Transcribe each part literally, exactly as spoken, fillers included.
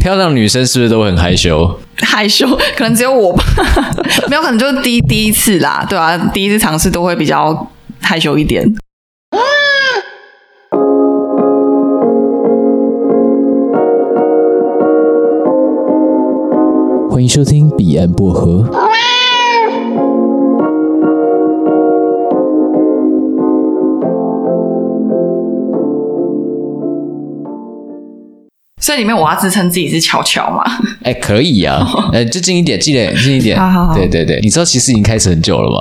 漂亮女生是不是都很害羞？ 害羞，可能只有我吧，没有，可能就是第第一次啦，对啊，第一次尝试都会比较害羞一点。 欢迎收听彼岸薄荷。 所以里面我要自称自己是乔乔嘛？ 哎、欸，可以啊，呃、欸，就近一点，近一点，近一点。 好好好， 对对对，你知道其实已经开始很久了吗？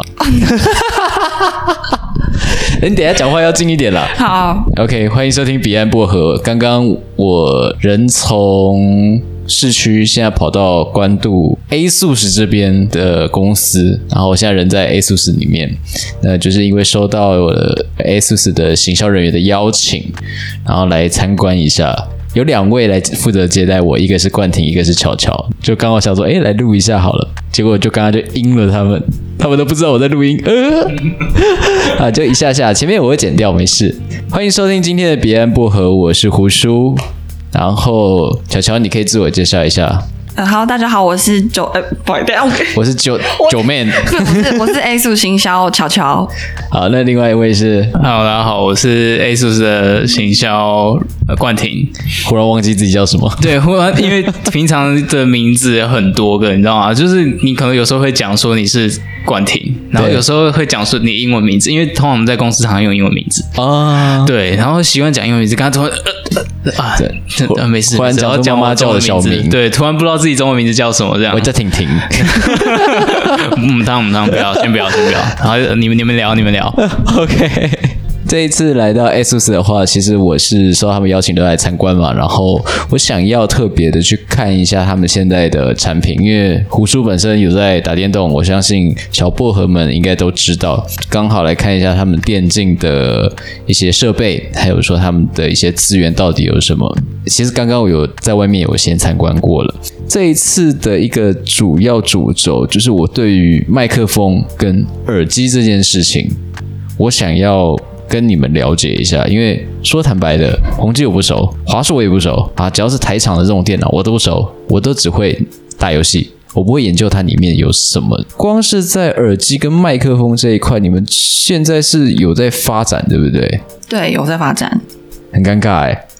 你等一下讲话要近一点啦。 好 ，OK， 欢迎收听彼岸薄荷。刚刚我人从市区现在跑到关渡 A 素食这边的公司，然后我现在人在 A 素食里面，那就是因为收到了 A 素食的行销人员的邀请，然后来参观一下。有两位来负责接待我，一个是冠廷，一个是乔乔。就刚好想说，哎，来录一下好了。结果就刚刚就阴了他们，他们都不知道我在录音。呃，啊，就一下下，前面我会剪掉，没事。欢迎收听今天的彼岸薄荷，我是胡叔。然后乔乔，你可以自我介绍一下。 呃，好，大家好，我是九，呃，不好意思，等一下， 我是九九妹， 不是，我是 A 素行销乔乔。 好，那另外一位是， Hello， 大家好，我是 A 素的行销呃冠廷。 忽然忘记自己叫什么， 对，忽然因为平常的名字有很多个，你知道吗？就是你可能有时候会讲说你是冠廷，然后有时候会讲说你英文名字，因为通常我们在公司常用英文名字啊，对，然后习惯讲英文名字，刚刚突然呃呃啊，对，呃没事， 突然讲说妈妈叫的小名， 对，突然不知道自己中文名字叫什么这样。 我叫婷婷。 嗯，当当不要，先不要，先不要。然后你们你们聊，你们聊。 OK。这一次来到 A 素食的话，其实我是受他们邀请都来参观嘛，然后我想要特别的去看一下他们现在的产品，因为胡叔本身有在打电动，我相信小薄荷们应该都知道，刚好来看一下他们电竞的一些设备，还有说他们的一些资源到底有什么。其实刚刚我有在外面有先参观过了。这一次的一个主要主轴就是我对于麦克风跟耳机这件事情，我想要跟你们了解一下，因为说坦白的，宏基我不熟，华硕我也不熟啊，只要是台厂的这种电脑我都不熟，我都只会打游戏，我不会研究它里面有什么。光是在耳机跟麦克风这一块，你们现在是有在发展，对不对？ 对，有在发展。 很尴尬哎、欸。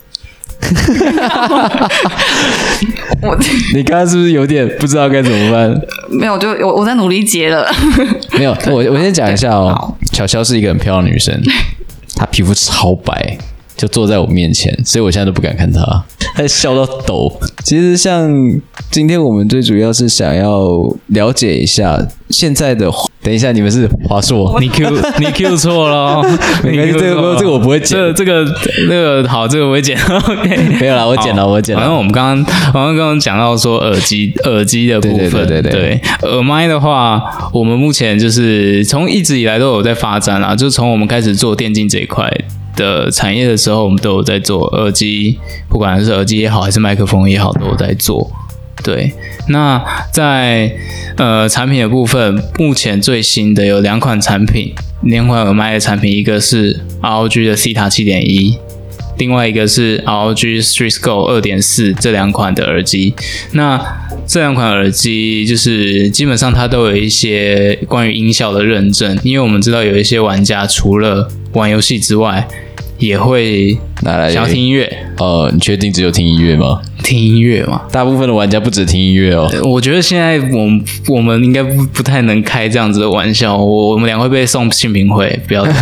我你刚刚是不是有点不知道该怎么办？ 没有，就我我在努力接了。 没有，我我先讲一下哦。乔乔是一个很漂亮的女生，她皮肤超白，就坐在我面前，所以我现在都不敢看她，她笑到抖。其实像今天我们最主要是想要了解一下现在的。等一下，你们是华硕， 你 Q 你 Q 错了， 没关系，这个这个我不会剪， 这这个那个好，这个我会剪。OK， 没有啦，我剪了，我剪了。 反正我们刚刚好像刚刚讲到说耳机耳机的部分， 对对对对对。 对耳麦的话，我们目前就是从一直以来都有在发展啦，就从我们开始做电竞这一块的产业的时候，我们都有在做耳机，不管是耳机也好，还是麦克风也好，都有在做。对，那在呃产品的部分，目前最新的有两款产品，两款耳麦的产品，一个是 R O G 的 Theta 七点一， 另外一个是 R O G Street Go 二点四 这两款的耳机。那这两款耳机就是基本上它都有一些关于音效的认证，因为我们知道有一些玩家除了玩游戏之外，也会拿来想要听音乐。 呃，你确定只有听音乐吗？ 听音乐嘛， 大部分的玩家不只听音乐哦。 我觉得现在我们我们应该不不太能开这样子的玩笑，我我们俩会被送性平会，不要。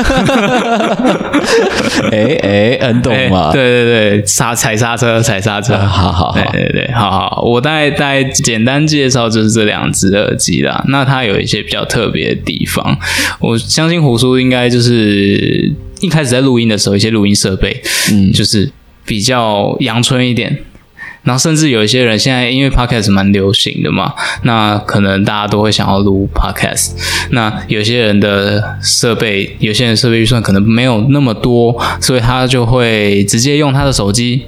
哎哎，很懂嘛？ 欸、对对对，刹踩刹车，踩刹车。 好好好， 对对对，好好。我大概大概简单介绍就是这两只耳机啦。那它有一些比较特别的地方，我相信胡叔应该就是一开始在录音的时候，一些录音设备，嗯，就是比较阳春一点。然后甚至有一些人现在因为 podcast 蛮流行的嘛，那可能大家都会想要录 podcast。那有些人的设备，有些人设备预算可能没有那么多，所以他就会直接用他的手机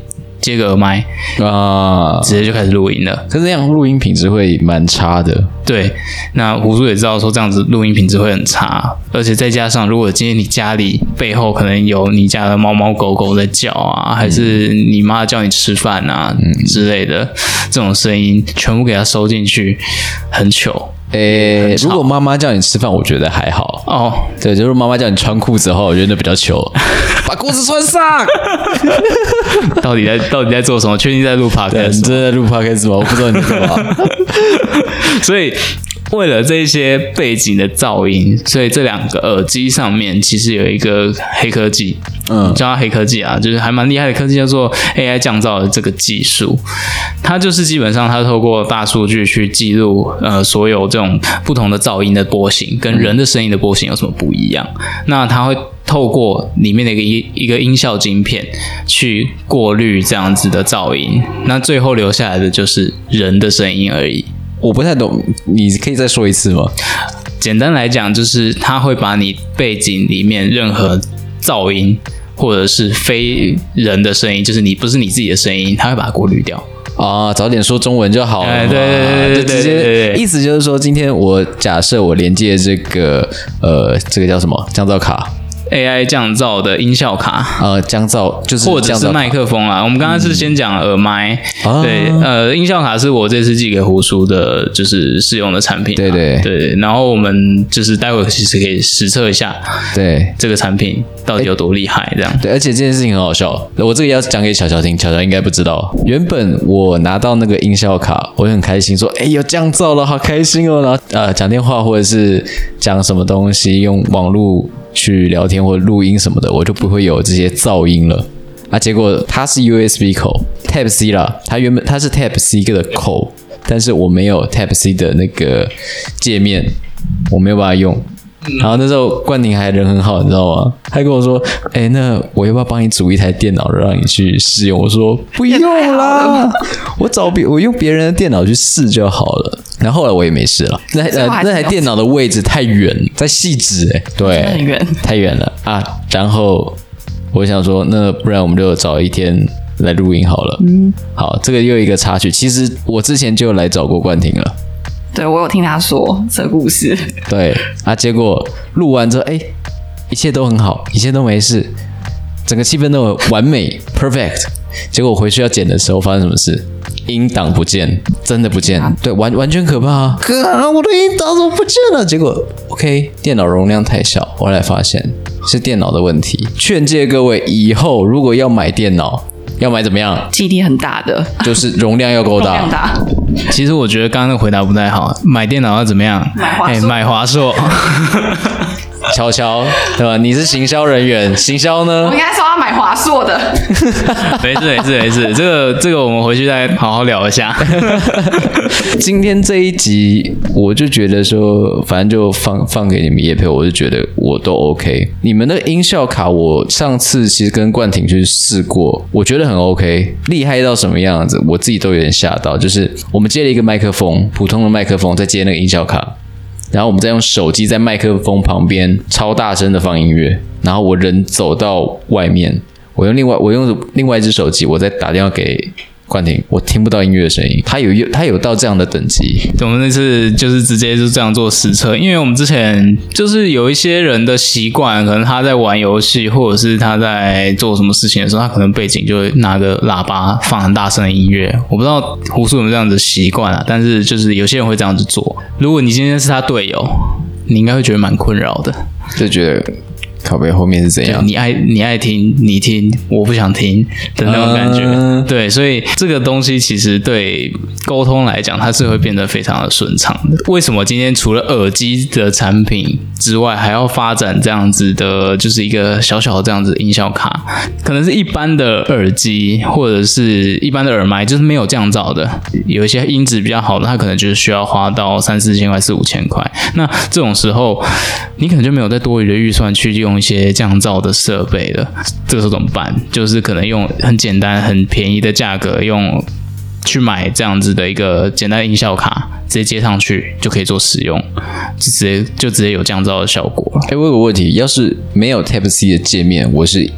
接个耳麦啊， 直接就开始录音了。 可是这样录音品质会蛮差的。 对，那胡叔也知道说这样子录音品质会很差，而且再加上如果今天你家里背后可能有你家的猫猫狗狗在叫啊，还是你妈叫你吃饭啊、嗯、之类的这种声音，全部给它收进去，很糗。 诶，如果妈妈叫你吃饭，我觉得还好哦。 对，就是妈妈叫你穿裤子的话，我觉得那比较糗。把裤子穿上。 到底在到底在做什么？确定在录 podcast？ 你真的在录 podcast 吗？我不知道你在干嘛。 所以为了这些背景的噪音，所以这两个耳机上面其实有一个黑科技，嗯，叫它黑科技啊，就是还蛮厉害的科技，叫做 A I 降噪的这个技术。它就是基本上它透过大数据去记录呃所有这种不同的噪音的波形，跟人的声音的波形有什么不一样。那它会透过里面的一个一个音效晶片去过滤这样子的噪音，那最后留下来的就是人的声音而已。 我不太懂，你可以再说一次吗？ 简单来讲，就是它会把你背景里面任何噪音或者是非人的声音，就是你不是你自己的声音，它会把它过滤掉。 啊，早点说中文就好了嘛。 对对对对对对对， 意思就是说，今天我假设我连接这个呃，这个叫什么降噪卡。 A I 降噪的音效卡， 呃，降噪就是或者是麦克风啊。我们刚刚是先讲耳麦，嗯、对，呃，音效卡是我这次寄给胡叔的，就是试用的产品、啊。 对对对，然后我们就是待会其实可以实测一下， 对这个产品到底有多厉害，这样。 对，而且这件事情很好笑，我这个要讲给巧巧听，巧巧应该不知道。原本我拿到那个音效卡，我很开心，说，哎，有降噪了，好开心哦。然后呃，讲电话或者是讲什么东西，用网络去聊天或录音什么的，我就不会有这些噪音了啊。结果它是 U S B 口 Type C 啦，它原本它是 Type C 的口，但是我没有 Type C 的那个界面，我没有办法用。然后那时候冠廷还人很好，你知道吗？他跟我说：“哎、欸，那我要不要帮你组一台电脑，让你去试用？”我说：“不用啦，我找别我用别人的电脑去试就好了。”然后后来我也没事了。那呃那台电脑的位置太远，在汐止哎，对， 很远， 太远了啊。然后我想说，那不然我们就找一天来录音好了。嗯，好，这个又一个插曲。其实我之前就来找过冠廷了。 对，我有听他说这个故事。 对啊，结果录完之后，哎，一切都很好，一切都没事，整个气氛都很完美 ，perfect。结果回去要剪的时候，发生什么事？音档不见，真的不见，啊、对，完完全可怕啊！哥啊，我的音档怎么不见了？结果 ，OK， 电脑容量太小，后来发现是电脑的问题。劝诫各位，以后如果要买电脑，要买怎么样？ 基地很大的， 就是容量要够大。 容量大。 其实我觉得刚刚那个回答不太好，买电脑要怎么样？ 买华硕。 欸、买华硕。 乔乔，对吧？你是行销人员，行销呢？ 我应该说要买华硕的。 没事没事没事，这个这个我们回去再好好聊一下。 今天这一集，我就觉得说，反正就放放给你们业配，我就觉得我都 OK。你们的音效卡，我上次其实跟冠廷去试过，我觉得很 OK， 厉害到什么样子，我自己都有点吓到。就是我们接了一个麦克风，普通的麦克风，再接那个音效卡。然后我们再用手机在麦克风旁边超大声的放音乐，然后我人走到外面，我用另外我用另外一只手机，我再打电话给冠廷，我听不到音乐的声音，他有他有到这样的等级。 我们那次就是直接就这样做实测，因为我们之前就是有一些人的习惯，可能他在玩游戏或者是他在做什么事情的时候，他可能背景就会拿个喇叭放很大声的音乐。我不知道胡叔有没有这样的习惯啊，但是就是有些人会这样子做。如果你今天是他队友，你应该会觉得蛮困扰的， 就觉得靠背后面是怎样？ 你爱你爱听，你听，我不想听的那种感觉。Uh... 对，所以这个东西其实对沟通来讲，它是会变得非常的顺畅的。为什么今天除了耳机的产品之外，还要发展这样子的，就是一个小小的这样子音效卡？可能是一般的耳机或者是一般的耳麦，就是没有降噪的，有一些音质比较好的，它可能就是需要花到三四千块、四五千块。那这种时候，你可能就没有再多余的预算去用一些降噪的设备了，这个时候怎么办？就是可能用很简单、很便宜的价格，用去买这样子的一个简单的音效卡，直接接上去就可以做使用，就直接就直接有降噪的效果了。 哎、欸，我有个问题，要是没有 Type C 的界面，我是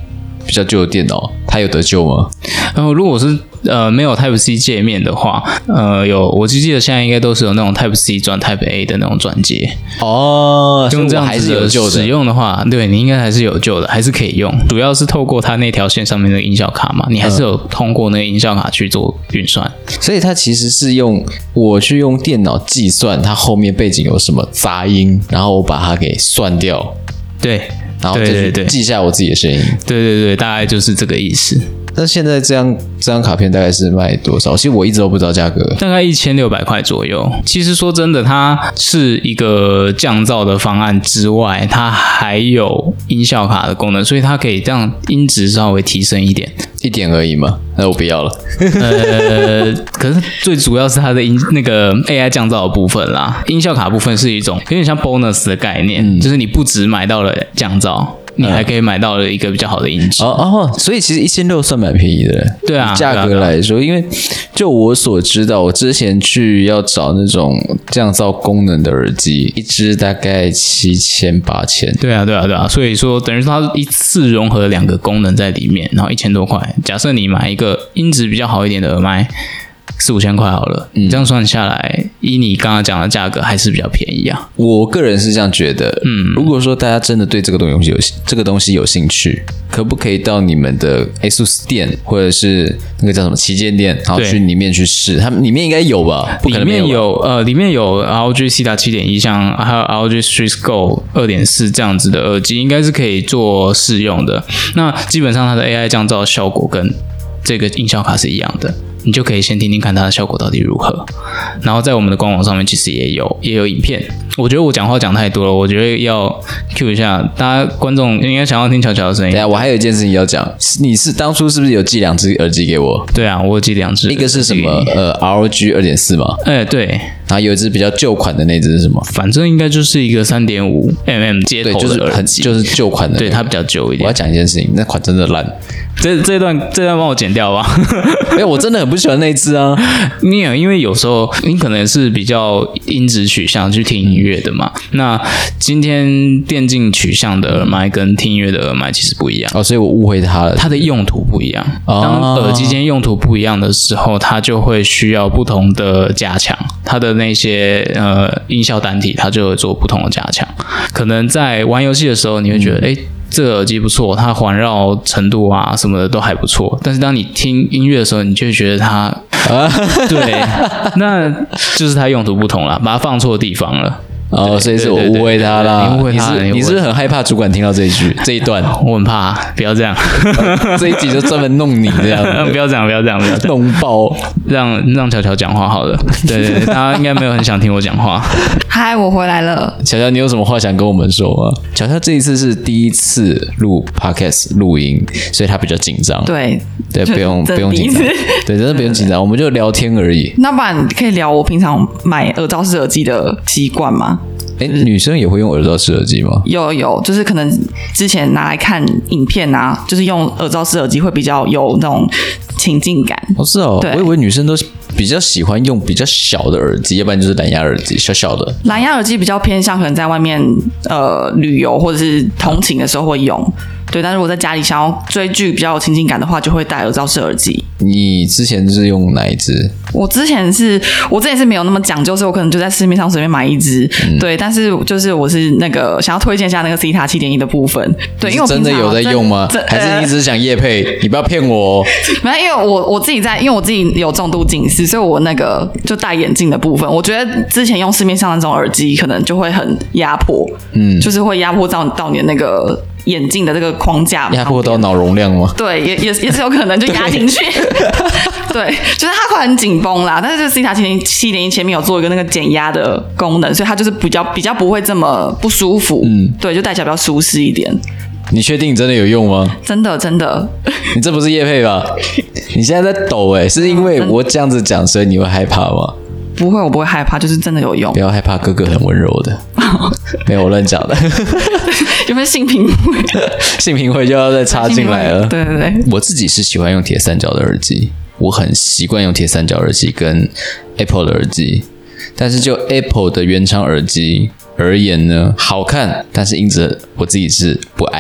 比较旧的电脑，它有得救吗？ 然后如果是呃没有 Type C 界面的话，呃有我记得现在应该都是有那种 Type C 转 Type A 的那种转接哦， 用这样还是有救的。 使用的话，对你应该还是有救的，还是可以用。主要是透过它那条线上面的音效卡嘛，你还是有通过那个音效卡去做运算。 嗯、所以它其实是用我去用电脑计算它后面背景有什么杂音，然后我把它给算掉。 对。 然后就去记下我自己的声音。 对对对，大概就是这个意思。 那现在这样这张卡片大概是卖多少？其实我一直都不知道价格， 大概一千六百块左右。其实说真的，它是一个降噪的方案之外，它还有音效卡的功能，所以它可以让音质稍微提升一点， 一点而已嘛。那我不要了。 呃，可是最主要是它的音那个 A I 降噪的部分啦，音效卡部分是一种有点像 bonus 的概念，嗯、就是你不只买到了降噪。你还可以买到了一个比较好的音质、 嗯、哦哦，所以其实一千六算蛮便宜的。 对啊， 价格来说，因为就我所知道，我之前去要找那种降噪功能的耳机，一支大概七千八千。 对啊，对啊，对啊，所以说等于说它一次融合两个功能在里面，然后一千多块。假设你买一个音质比较好一点的耳麦。四五千块好了，嗯，这样算下来，以你刚刚讲的价格还是比较便宜啊。 我个人是这样觉得，嗯，如果说大家真的对这个东西有这个东西有兴趣，可不可以到你们的 ASUS 店或者是那个叫什么旗舰店，然后去里面去试？他们里面应该有吧？不可能没有吧。 里面有呃，里面有 R O G C 七点一，像还有 R O G Street Go 二点四这样子的耳机，应该是可以做试用的。那基本上它的 A I 降噪效果跟这个音效卡是一样的。你就可以先听听看它的效果到底如何，然后在我们的官网上面其实也有也有影片。我觉得我讲话讲太多了，我觉得要 cue 一下大家观众应该想要听乔乔的声音。 对啊，我还有一件事情要讲，你是当初是不是有寄两只耳机给我？ 对啊，我有寄两只， 一个是什么？呃 ，R O G 二点四 嘛。 哎、欸，对。 然后有一只比较旧款的那只是什么？ 反正应该就是一个 三点五 mm 接头的耳机， 就是很就是旧款的、那個。 对，它比较旧一点。 我要讲一件事情，那款真的烂。 这这段这段帮我剪掉吧。 没有，我真的很不喜欢那一只啊。 你有，因为有时候你可能是比较音质取向去听音乐的嘛。那今天电竞取向的耳麦跟听音乐的耳麦其实不一样哦，所以我误会它了。 它的用途不一样。当耳机间用途不一样的时候，它就会需要不同的加强。它的那些呃音效单体，它就会做不同的加强。可能在玩游戏的时候，你会觉得，哎、嗯。这个耳机不错，它环绕程度啊什么的都还不错。但是当你听音乐的时候，你就会觉得它，啊、对，那就是它用途不同了，把它放错地方了。 哦，所以是我误会他啦。 你误会他， 你是不是很害怕主管听到这一句这一段？ 我很怕，不要这样。 这一集就专门弄你这样， 不要这样，不要这样，不要这样， 弄爆， 让让乔乔讲话好了。对对对，大家应该没有很想听我讲话。 嗨，我回来了。 乔乔，你有什么话想跟我们说吗？乔乔这一次是第一次录 podcast 录音，所以他比较紧张。 对对，不用不用紧张，对，真的不用紧张，我们就聊天而已。 那不然可以聊我平常买耳罩式耳机的习惯吗？ 哎，女生也会用耳罩式耳机吗？ 有有，就是可能之前拿来看影片啊，就是用耳罩式耳机会比较有那种情境感。 哦，是哦，我以为女生都比较喜欢用比较小的耳机，要不然就是蓝牙耳机，小小的。 蓝牙耳机比较偏向可能在外面呃旅游或者是通勤的时候会用。对，但是我在家里想要追剧比较有情境感的话，就会戴耳罩式耳机。 你之前是用哪一支？ 我之前是，我之前是没有那么讲究，所以我可能就在市面上随便买一支。嗯、对，但是就是我是那个想要推荐一下那个 C 塔 七点一 的部分。对，因为我真的有在用吗？还是你只是想业配？你不要骗我哦。 没有，因为我我自己在，因为我自己有重度近视，所以我那个就戴眼镜的部分，我觉得之前用市面上那种耳机可能就会很压迫，嗯，就是会压迫到到你的那个。眼镜的这个框架压迫到脑容量吗？ 对，也也也是有可能就压进去。对，就是它会很紧绷啦，但是这个 C 塔 七点一 前面有做一个那个减压的功能，所以它就是比较比较不会这么不舒服。嗯，对，就戴起来比较舒适一点。 你确定你真的有用吗？ 真的真的。 你这不是业配吧？你现在在抖哎、欸，是因为我这样子讲，所以你会害怕吗？ 不会，我不会害怕，就是真的有用。 不要害怕，哥哥很温柔的。没有，我乱讲的。 有没有性平会？ 性平会就要再插进来了。 对对对， 我自己是喜欢用铁三角的耳机，我很习惯用铁三角耳机跟 Apple 的耳机。但是就 Apple 的原厂耳机而言呢，好看，但是音质我自己是不爱。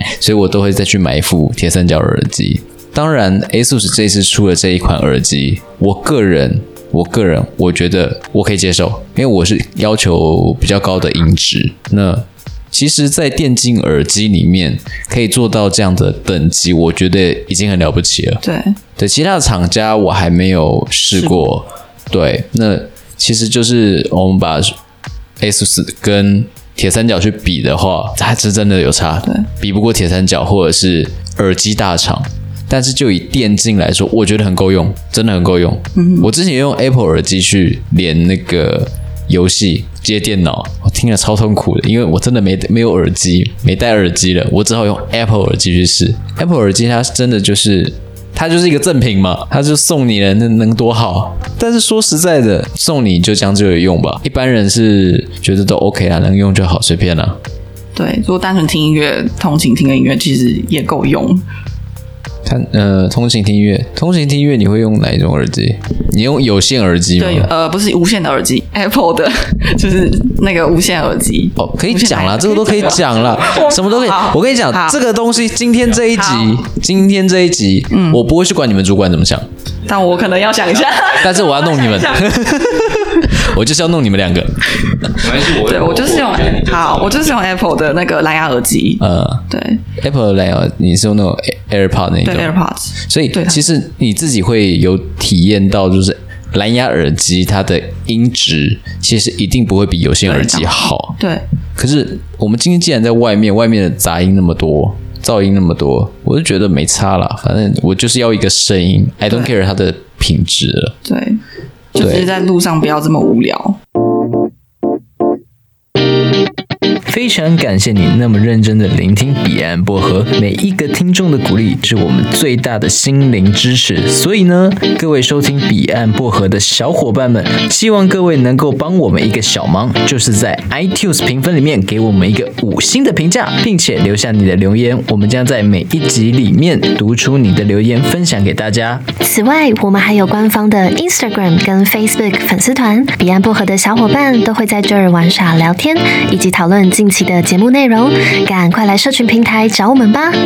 所以我都会再去买一副铁三角耳机。当然 ，ASUS 这次出了这一款耳机，我个人。我个人我觉得我可以接受，因为我是要求比较高的音质。那其实，在电竞耳机里面可以做到这样的等级，我觉得已经很了不起了。 对对，其他的厂家我还没有试过。对，那其实就是我们把 ASUS 跟铁三角去比的话，它是真的有差， 对， 比不过铁三角或者是耳机大厂。但是就以电竞来说，我觉得很够用，真的很够用。嗯，我之前用 Apple 耳机去连那个游戏接电脑，我听了超痛苦的，因为我真的没没有耳机，没戴耳机了，我只好用 Apple 耳机去试。Apple 耳机它真的就是它就是一个赠品嘛，它就送你了，能能多好？但是说实在的，送你就将就着用吧。一般人是觉得都 OK 啦，能用就好，随便啦。 对，如果单纯听音乐、通勤听个音乐，其实也够用。 它呃，通勤听音乐，通勤听音乐你会用哪一种耳机？你用有线耳机吗？ 对，呃，不是无线的耳机 ，Apple 的，就是那个无线耳机。 哦，可以讲啦，这个都可以讲啦，什么都可以。我跟你讲，这个东西今天这一集，今天这一集，嗯，我不会去管你们主管怎么想， 但我可能要想一下， 但是我要弄你们，我就是要弄你们两个。 对，我就是用好，我就是用 Apple 的那个蓝牙耳机。呃，对 ，Apple 的蓝牙，你是用那种 AirPod 那种。 对 AirPods， 所以其实你自己会有体验到，就是蓝牙耳机它的音质其实一定不会比有线耳机好。 对。 可是我们今天既然在外面，外面的杂音那么多，噪音那么多，我就觉得没差啦，反正我就是要一个声音 ，I don't care 它的品质了。 对，就只是在路上不要这么无聊。 非常感谢你那么认真的聆听彼岸薄荷，每一个听众的鼓励是我们最大的心灵支持。所以呢，各位收听彼岸薄荷的小伙伴们，希望各位能够帮我们一个小忙，就是在 iTunes 评分里面给我们一个五星的评价，并且留下你的留言，我们将在每一集里面读出你的留言，分享给大家。 此外，我们还有官方的 Instagram 跟 Facebook 粉丝团，彼岸薄荷的小伙伴都会在这儿玩耍聊天，以及讨论近期的节目内容，赶快来社群平台找我们吧。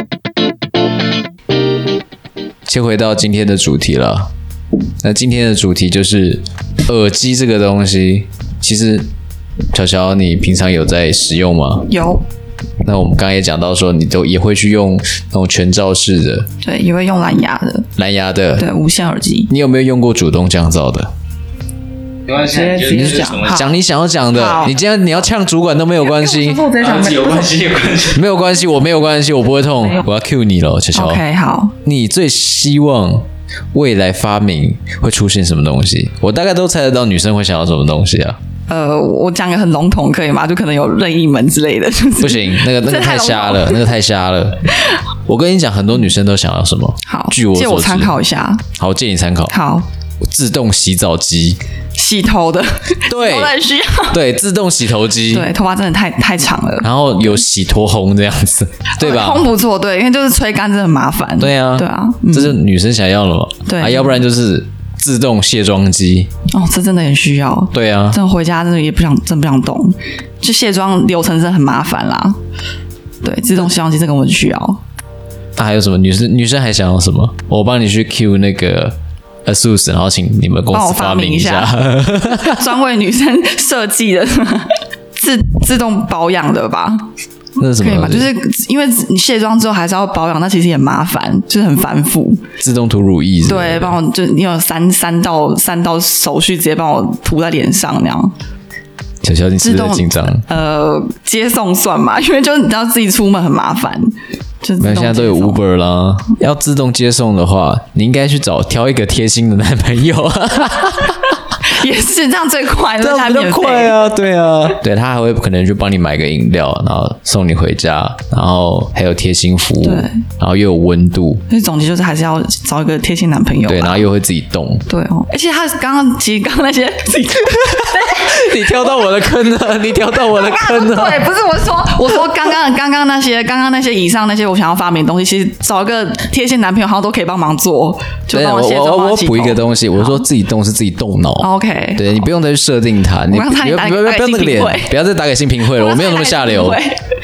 先回到今天的主题了，那今天的主题就是耳机这个东西。其实乔乔，你平常有在使用吗？ 有。 那我们刚刚也讲到说，你都也会去用那种全罩式的， 对，也会用蓝牙的， 蓝牙的， 对，无线耳机。 你有没有用过主动降噪的？ 没关系， 直接讲， 讲你想要讲的。你今天你要呛主管都没有关系， 有关系，有关系， 没有关系，我没有关系，我不会痛。我要 cue 你了，乔乔。 OK， 好。 你最希望未来发明会出现什么东西？我大概都猜得到女生会想要什么东西啊。 呃，我讲个很笼统可以吗？就可能有任意门之类的，就是、 不行，那个那个太瞎了，那个太瞎了。我跟你讲，很多女生都想要什么？ 好， 据我所知， 借我参考一下。 好，借你参考。 好， 自动洗澡机。 洗头的， 对， 都很需要。 对，自动洗头机， 对，头发真的太太长了。 然后有洗头烘这样子，对吧？ 烘不错，对，因为就是吹干真的很麻烦。 对啊， 对啊， 嗯、这是女生想要的嘛？ 对啊，要不然就是自动卸妆机。 哦，这真的很需要。 对啊， 真的回家真的也不想，真不想动，就卸妆流程真的很麻烦啦。对，自动卸妆机这个我很需要。 那、啊、还有什么？女生女生还想要什么？我帮你去 Q 那个。ASUS， 然后请你们公司发明一下， 专为女生设计的自自动保养的吧？ 那是什么？ 可以吗？就是因为你卸妆之后还是要保养，那其实也麻烦，就是很繁复。 自动涂乳液是不是？ 对，帮我就你有三三道三道手续，直接帮我涂在脸上那样。 小小，你是不是很紧张？ 呃，接送算嘛，因为就你知道自己出门很麻烦。 现在都有 Uber 啦，要自动接送的话，你应该去找挑一个贴心的男朋友。 也是这样最快， 这样比较快啊，对啊，对他还会可能就帮你买个饮料，然后送你回家，然后还有贴心服务， 对， 然后又有温度。 所以总结就是还是要找一个贴心男朋友， 对，然后又会自己动， 对哦。而且他刚刚其实刚刚那些， 你挑到我的坑了，你挑到我的坑了。 对，不是我说，我说刚刚刚刚那些，刚刚那些以上那些我想要发明的东西，其实找一个贴心男朋友，好像都可以帮忙做，就帮我卸妆、 我我补一个东西，我说自己动是自己动脑 ，OK。 对你不用再去设定它，你不要不要不要那个脸，不要再打给新平会了，我没有那么下流。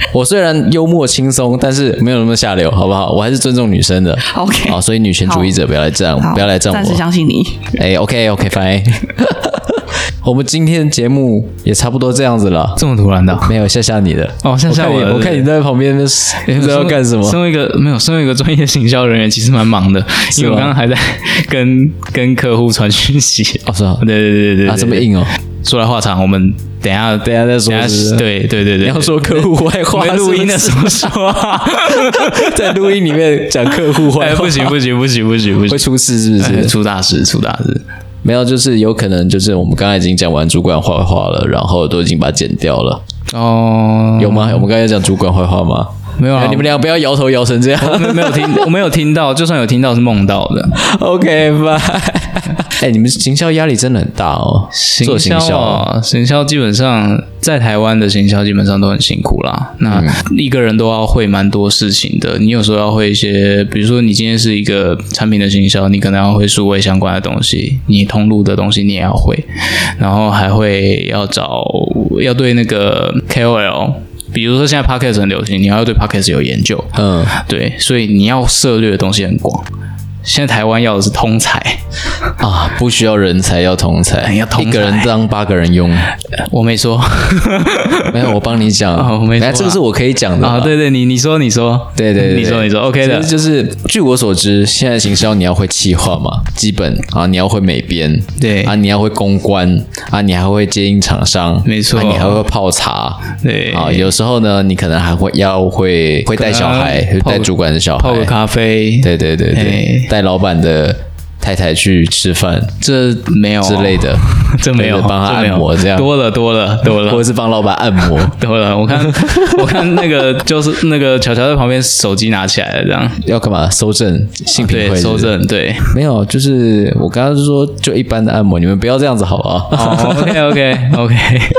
我虽然幽默轻松，但是没有那么下流，好不好？我还是尊重女生的。 OK， 好，所以女权主义者不要来站，不要来站我。 暂时相信你。 哎 ，OK OK fine。我们今天的节目也差不多这样子了。 这么突然的？ 没有吓吓你的哦，吓吓我了。 我看你在旁边，不知道要干什么。 身为一个没有，身为一个专业行销人员，其实蛮忙的，因为我刚刚还在跟跟客户传讯息。 哦，是啊， 对对对对对， 啊，这么硬哦。 说来话长，我们等一下等一下再说是是。 对对对对， 你要说客户坏话， 录音的时候说啊， 在录音里面讲客户坏话， 哎，不行不行不行不行不行， 会出事是不是？ 哎、出大事出大事。 没有，就是有可能就是我们刚才已经讲完主管坏话了，然后都已经把它剪掉了。 哦， 有吗？我们刚才讲主管坏话吗？ 没有啊， 你们俩不要摇头摇成这样。 我没有听，我没有听到，就算有听到是梦到的。 OK， 拜。哎，你们行销压力真的很大哦。做行销啊，行销基本上在台湾的行销基本上都很辛苦啦。那一个人都要会蛮多事情的。你有时候要会一些，比如说你今天是一个产品的行销，你可能要会数位相关的东西，你通路的东西你也要会，然后还会要找要对那个 K O L。比如说现在 Podcast 很流行，你要对 Podcast 有研究，嗯，对，所以你要涉猎的东西很广。现在台湾要的是通才啊，不需要人才，要通才， 要通才， 一个人当八个人用。 我没说， 没有，我帮你讲。 哦，我没说、啊， 这个是我可以讲的啊。对对，你你说你说， 对 对, 对， 你说你说 ，OK 的。 就是据我所知，现在行销你要会企划嘛，基本啊，你要会美编， 对啊，你要会公关啊，你还会接应厂商， 没错， 啊，你还会泡茶， 对啊，有时候呢，你可能还会要会会带小孩，带主管的小孩， 泡个咖啡， 对对对对，带老板的太太去吃饭， 这没有之类的， 这没有帮他按摩这样， 多了多了多了， 或者是帮老板按摩多了。我看我看那个就是那个乔乔在旁边手机拿起来了，这样要干嘛？收证性平会， 收证对， 没有，就是我刚刚是说就一般的按摩，你们不要这样子好不好？ 哦 OK OK OK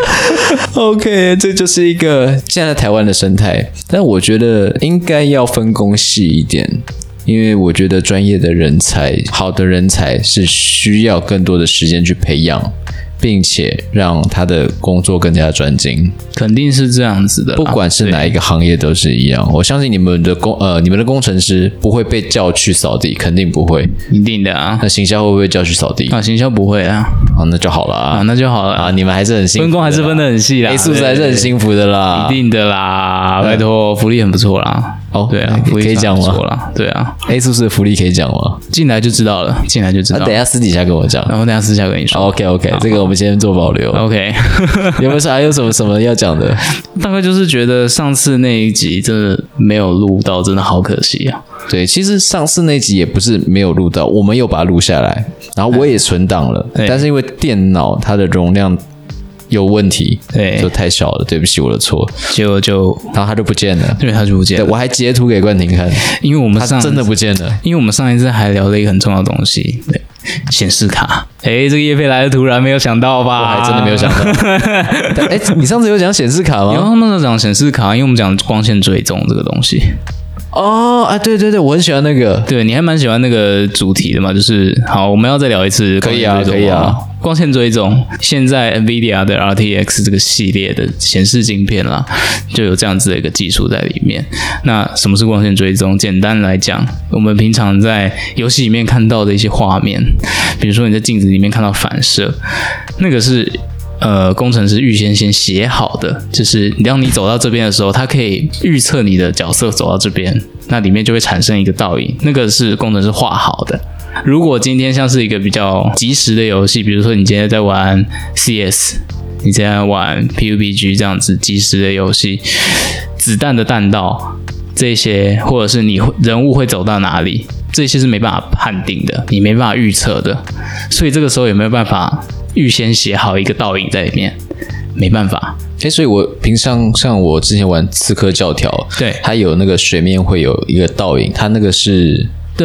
OK， 这就是一个现在台湾的生态，但我觉得应该要分工细一点。因为我觉得专业的人才，好的人才是需要更多的时间去培养，并且让他的工作更加专精。 肯定是这样子的， 不管是哪一个行业都是一样。我相信你们的工呃，你们的工程师不会被叫去扫地，肯定不会， 一定的啊。 那行销会不会叫去扫地？ 啊，行销不会啊。 啊，那就好了啊， 啊那就好了啊。你们还是很幸福， 分工还是分得很细啦。 A 素质还是很幸福的啦， 一定的啦，拜托，福利很不错啦。 哦， 对啊， 可以讲吗？ 对啊 ，A 素质的福利可以讲吗？ 进来就知道了，进来就知道。 等一下私底下跟我讲， 然后等一下私下跟你说。 OK OK， 这个我们先做保留。 OK， 有没有还有什么什么要讲的？ 大概就是觉得上次那一集真的没有录到，真的好可惜啊。 对，其实上次那集也不是没有录到，我们有把它录下来，然后我也存档了，但是因为电脑它的容量有问题， 对， 就太小了，对不起，我的错。 结果就， 然后它就不见了， 对，它就不见了。 我还截图给冠廷看， 因为我们上真的不见了， 因为我们上一次还聊了一个很重要的东西，对，显示卡。哎，这个业配来的突然，没有想到吧？ 我还真的没有想到。哎，你上次有讲显示卡吗？ 有，那时候讲显示卡，因为我们讲光线追踪这个东西。 哦啊，对对对，我很喜欢那个。 对，你还蛮喜欢那个主题的嘛？就是好，我们要再聊一次。 可以啊，可以啊。 光线追踪，现在 NVIDIA 的 R T X 这个系列的显示晶片啦，就有这样子的一个技术在里面。那什么是光线追踪？简单来讲，我们平常在游戏里面看到的一些画面，比如说你在镜子里面看到反射，那个是。呃，工程师预先先写好的，就是当你走到这边的时候，它可以预测你的角色走到这边，那里面就会产生一个倒影，那个是工程师画好的。如果今天像是一个比较即时的游戏，比如说你今天在玩 C S， 你在玩 P U B G 这样子即时的游戏，子弹的弹道这些，或者是你人物会走到哪里，这些是没办法判定的，你没办法预测的，所以这个时候有没有办法预先写好一个倒影在里面？没办法。 哎，所以我平常像我之前玩刺客教条， 对， 它有那个水面会有一个倒影，它那个是对，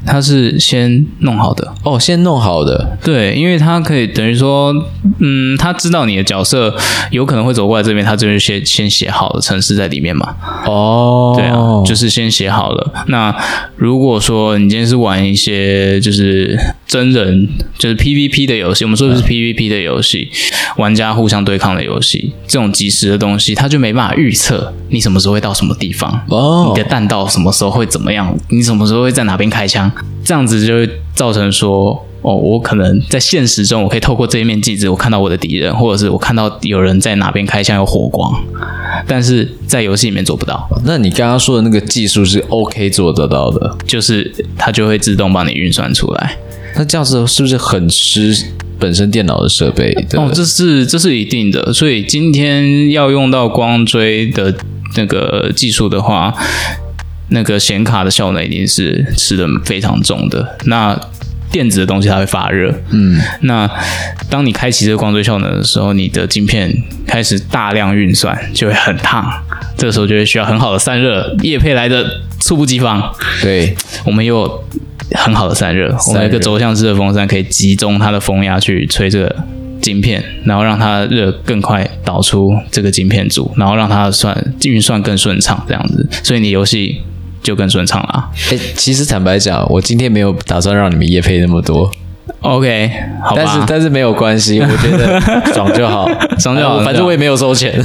它是先弄好的哦，先弄好的， 对，因为它可以等于说，嗯，他知道你的角色有可能会走过来这边，他这边先先写好了程式在里面嘛。 哦， 对啊，就是先写好了。那如果说你今天是玩一些就是真人，就是 P V P 的游戏，我们说的是 P V P 的游戏，玩家互相对抗的游戏，这种即时的东西，它就没办法预测你什么时候会到什么地方， 哦， 你的弹道什么时候会怎么样，你什么时候会在哪边开枪，这样子就会造成说。哦，我可能在现实中，我可以透过这一面镜子，我看到我的敌人，或者是我看到有人在哪边开枪有火光，但是在游戏里面做不到。 那你刚刚说的那个技术是 OK 做得到的， 就是它就会自动帮你运算出来。 那这样子是不是很吃本身电脑的设备的？ 哦，这是这是一定的。所以今天要用到光追的那个技术的话，那个显卡的效能一定是吃的非常重的。那电子的东西它会发热，嗯，那当你开启这个光追效能的时候，你的晶片开始大量运算，就会很烫，这个时候就会需要很好的散热。业配来的猝不及防， 对， 我们有很好的散热，我们有一个轴向式的风扇可以集中它的风压去吹这个晶片，然后让它热更快导出这个晶片组，然后让它算运算更顺畅，这样子，所以你游戏就更顺畅了。 哎，其实坦白讲，我今天没有打算让你们业配那么多。 OK， 好吧， 但是但是没有关系，我觉得爽就好， 爽就好， 反正我也没有收钱，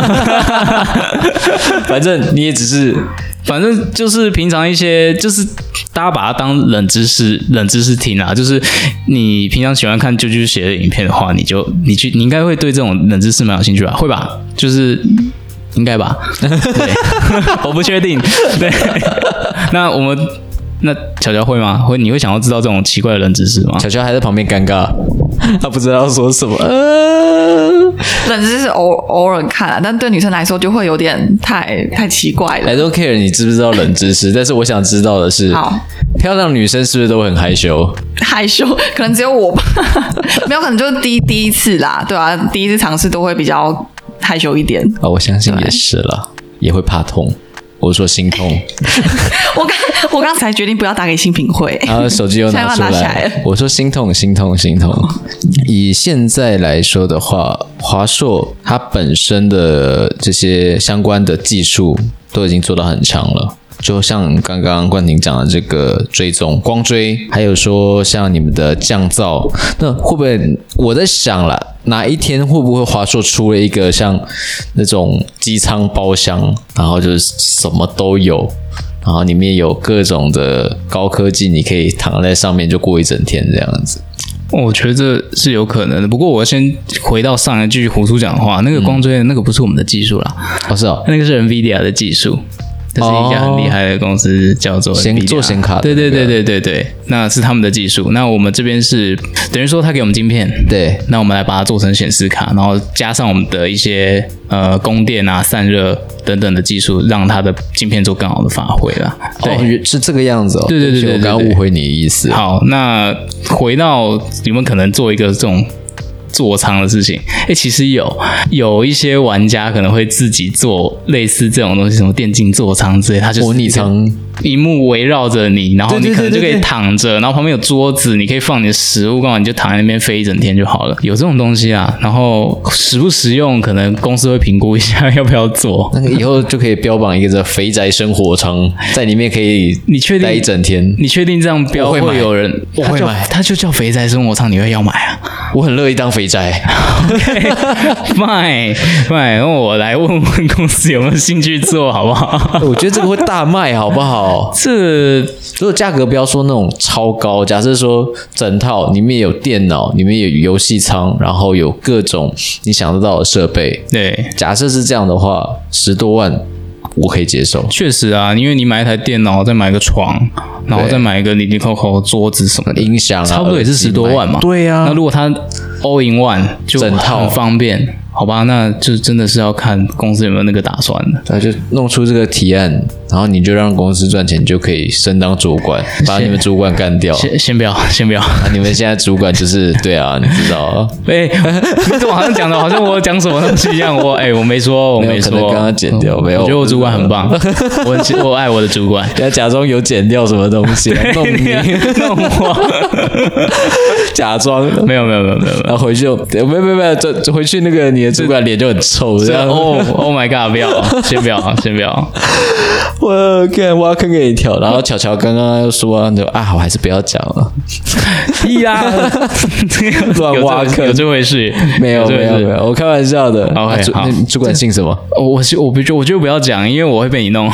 反正你也只是， 反正就是平常一些，就是大家把它当冷知识、冷知识听啊。就是你平常喜欢看啾啾鞋的影片的话，你就你去，你应该会对这种冷知识蛮有兴趣吧？会吧？就是应该吧？对，我不确定。对，那我们。那巧巧会吗？会，你会想要知道这种奇怪的冷知识吗？ 巧巧还在旁边尴尬，他不知道说什么。呃、 冷知识偶偶尔看啊，但对女生来说就会有点太太奇怪了。 I don't care 你知不知道冷知识，但是我想知道的是， 好， 漂亮女生是不是都很害羞？ 害羞，可能只有我吧，没有，可能就是第第一次啦，对啊，第一次尝试都会比较害羞一点。 啊、哦，我相信也是啦，也会怕痛。我说心痛， 我刚我刚才决定不要打给新品会， 然后手机又拿出来， 拿起来了我说心痛心痛心痛。以现在来说的话，华硕它本身的这些相关的技术都已经做到很强了。就像刚刚冠廷讲的这个追踪光追，还有说像你们的降噪，那会不会我在想啦，哪一天会不会华硕出了一个像那种机舱包厢，然后就是什么都有，然后里面有各种的高科技，你可以躺在上面就过一整天这样子。 我觉得这是有可能的，不过我先回到上一句胡叔讲的话，那个光追的那个不是我们的技术啦， 哦是哦， 那个是 NVIDIA 的技术。这是一家很厉害的公司，叫做 NVIDIA 做显卡的、 那個。对对对对对对，那是他们的技术。那我们这边是等于说他给我们晶片， 对， 那我们来把它做成显示卡，然后加上我们的一些呃供电啊、散热等等的技术，让它的晶片做更好的发挥啦。对， 哦，是这个样子哦。 对对对 对, 對, 對, 對， 我刚刚误会你的意思。 好，那回到有没有可能做一个这种座舱的事情？哎，其实有有一些玩家可能会自己做类似这种东西，什么电竞座舱之类，它就是模拟舱， 萤幕围绕着你，然后你可能就可以躺着，然后旁边有桌子，你可以放你的食物，干嘛你就躺在那边飞一整天就好了。有这种东西啊，然后实不实用，可能公司会评估一下要不要做。 那个以后就可以标榜一个这肥宅生活舱，在里面可以你确定待一整天？ 你确定这样标会有人？ 我会买， 它就叫肥宅生活舱，你会要买啊？ 我很乐意当肥宅。 OK， fine， 那我来问问公司有没有兴趣做，好不好？ 我觉得这个会大卖，好不好？ 这如果价格不要说那种超高，假设说整套里面有电脑，里面有游戏舱，然后有各种你想得到的设备， 对， 假设是这样的话，十多万我可以接受。 确实啊，因为你买一台电脑，再买个床，然后再买一个里里扣扣桌子什么的， 音响啊， 差不多也是十多万嘛。 对啊， 那如果它 all in one 就整套很方便。好吧，那就真的是要看公司有没有那个打算的。 对，就弄出这个提案，然然后你就让公司赚钱，你就可以升当主管，把你们主管干掉。 先先不要，先不要。 啊、你们现在主管就是对啊，你知道？ 哎、欸，你怎么好像讲的好像我讲什么东西一样？我哎、欸，我没说，我没说， 刚刚剪掉没有？ 我觉得我主管很棒，我很我爱我的主管。 要假装有剪掉什么东西，弄你弄我， 假装没有没有没有没有， 然后回去没有没有没有，就回去那个你的主管脸就很臭，这样。 哦 ，Oh my God， 不要，先不要，先不要。 我看挖坑给你跳，然后巧巧刚刚又说啊，就啊，我还是不要讲了。 屁呀， 乱挖坑， 有这回事？ 没有没有没有，我开玩笑的。 OK， 主主管姓什么？ 我我我不我就不要讲，因为我会被你弄。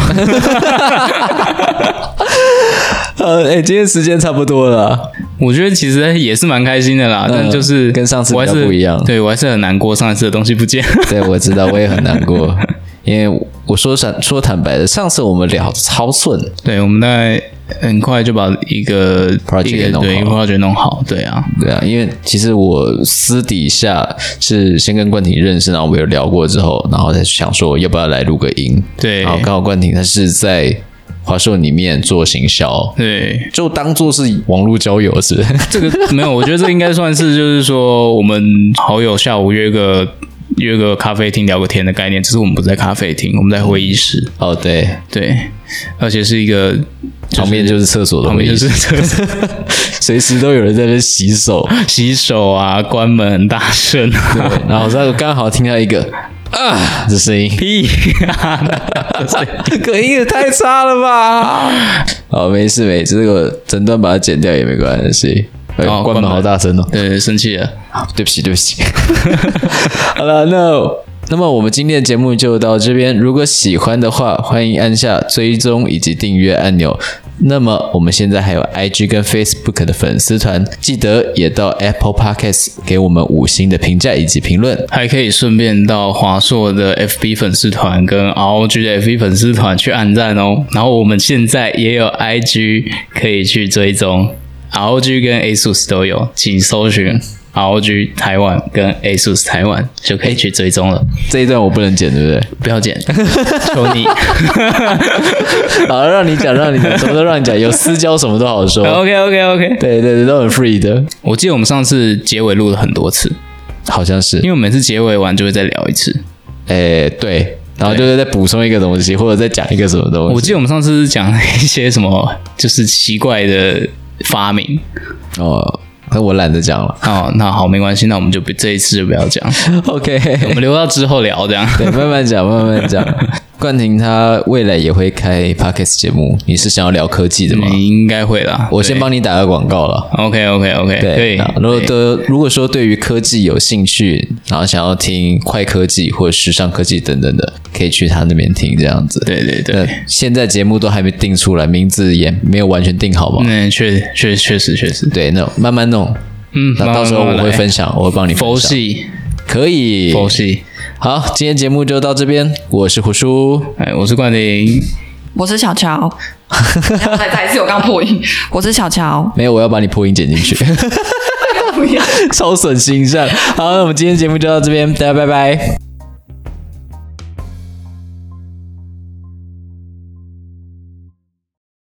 呃，哎、欸，今天时间差不多了， 我觉得其实也是蛮开心的啦，嗯、但就是跟上次比较不一样， 对我还是很难过，上一次的东西不见。 对，我知道，我也很难过，因为我说坦说坦白的，上次我们聊的超顺， 对，我们大概很快就把一个 project 弄好， 对，一个 project 弄好，对啊， 对啊，因为其实我私底下是先跟冠廷认识，然后我们有聊过之后，然后再想说要不要来录个音， 对， 然后刚好冠廷他是在华硕里面做行销， 对， 就当做是网络交友，是不是？ 这个没有，我觉得这应该算是就是说我们好友下午约个约个咖啡厅聊个天的概念，只是我们不在咖啡厅，我们在会议室。 哦，对对，而且是一个、就是、 旁边就是厕所的会议室， 旁边就是厕所， 随时都有人在那边洗手、 洗手啊，关门很大声。 对，然后我刚好听到一个。啊，这声音屁啊！ 隔音也太差了吧！好，没事没事，这个诊断把它剪掉也没关系。哦、关门好大声哦！ 对，生气了， 对不起对不起。好了，那那么我们今天的节目就到这边。如果喜欢的话，欢迎按下追踪以及订阅按钮。那么我们现在还有 I G 跟 Facebook 的粉丝团，记得也到 Apple Podcast 给我们五星的评价以及评论， 还可以顺便到华硕的 F B 粉丝团跟 R O G 的 F B 粉丝团去按赞哦。然后我们现在也有 I G 可以去追踪 ，R O G 跟 ASUS 都有，请搜寻 R O G 台湾跟 ASUS 台湾就可以去追踪了。 这一段我不能剪，对不对？ 不要剪，求你。 好，让你讲，让你讲，什么都让你讲，有私交什么都好说。 OK OK OK， 对对对，都很 free 的。 我记得我们上次结尾录了很多次， 好像是， 因为我每次结尾完就会再聊一次。 诶，对。然后就是再补充一个东西，或者再讲一个什么东西。 我记得我们上次是讲一些什么，就是奇怪的发明。 哦。那我懒得讲了。 哦，那好，没关系，那我们就不这一次就不要讲。 OK， 我们留到之后聊，这样。 对，慢慢讲，慢慢讲。冠廷他未来也会开 Podcast 节目，你是想要聊科技的吗？ 你应该会啦。 我先帮你打个广告了。 OK OK OK， 对， 可以。 如果都如果说对于科技有兴趣，然后想要听快科技或者时尚科技等等的，可以去他那边听这样子。 对对对。 现在节目都还没定出来，名字也没有完全定好嘛。 嗯，确确确实确实。 对，那慢慢弄。 嗯， 那到时候我会分享，我会帮你分享。 佛系可以， 佛系。 好，今天节目就到这边。我是胡叔， 哎，我是冠廷， 我是小乔。再再一次，我刚破音。我是小乔。 没有，我要把你破音剪进去。超损形象。好，那我们今天节目就到这边，大家拜拜。